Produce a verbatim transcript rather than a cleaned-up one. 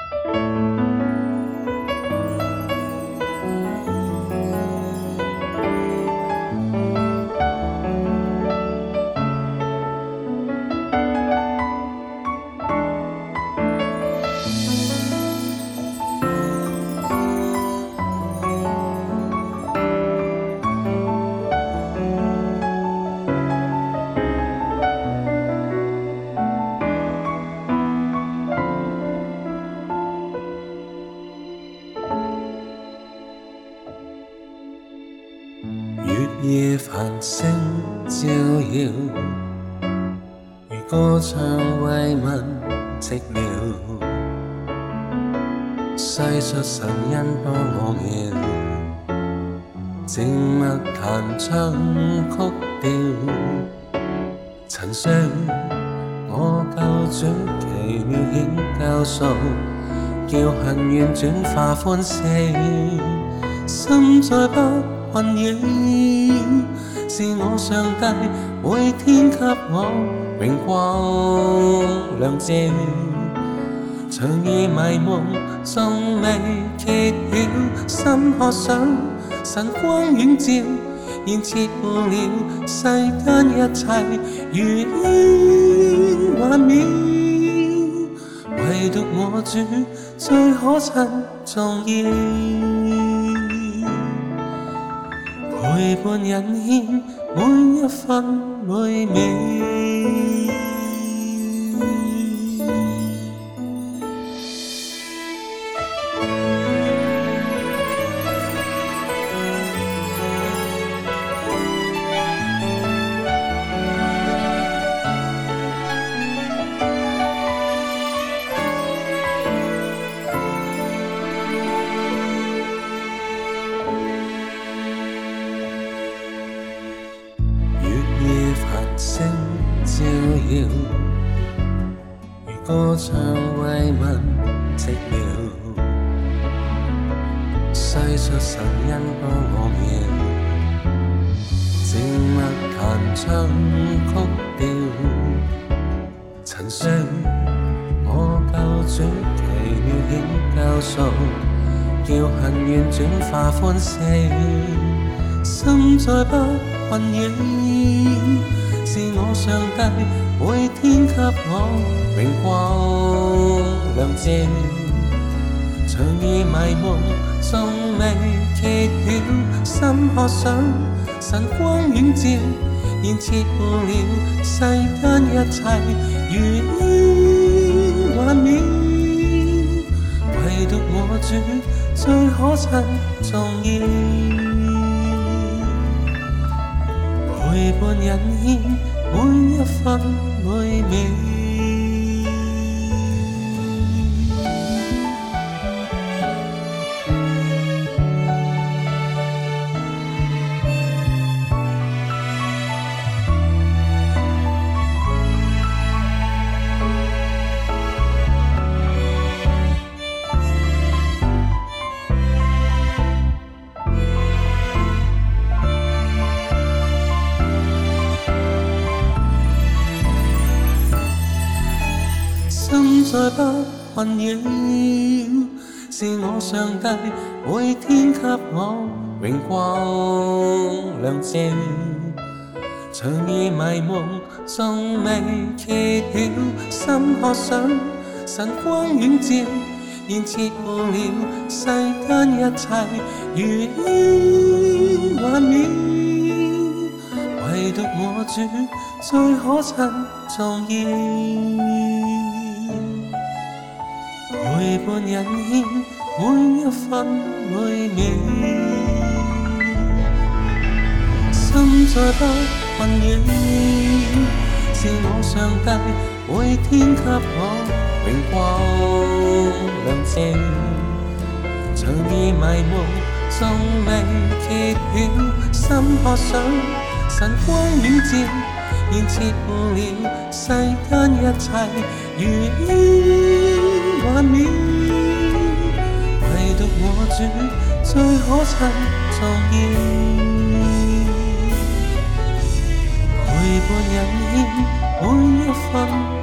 月夜繁星照耀，如歌唱慰問寂寥。世述神恩多我妙，靜默彈唱曲調。曾說我救主奇妙顯教數，叫恨怨轉化歡喜，心再不困擾，是我上帝每天給我榮光亮照。長夜迷夢仲未揭曉，心渴想神光遠照，現徹悟了世間一切如煙幻渺，唯獨我主最可親重要。陪伴引牽每一分每秒。星照耀，如歌唱慰問寂寥。世述神恩多我妙，靜默彈唱曲調。曾說我救主奇妙顯教數，叫恨怨轉化歡喜，心再不困擾，是我上帝每天給我榮光亮照。長夜迷夢仲未揭曉，心渴想神光遠照，現徹悟了世間一切如煙幻渺，唯獨我主最可親重要。陪伴引牽每一分每秒。心再不困擾，是我上帝每天給我榮光亮照。長夜迷夢仲未揭曉，心渴想神光遠照，現徹悟了世間一切如煙幻渺，唯獨我主最可親重要。陪伴引牽每一分每秒，心再不困擾，是我上帝每天給我榮光亮照。長夜迷夢仲未揭曉，心渴想神光遠照，現徹悟了世間一切如煙幻渺，唯獨我主最可親重要。陪伴引牽每一分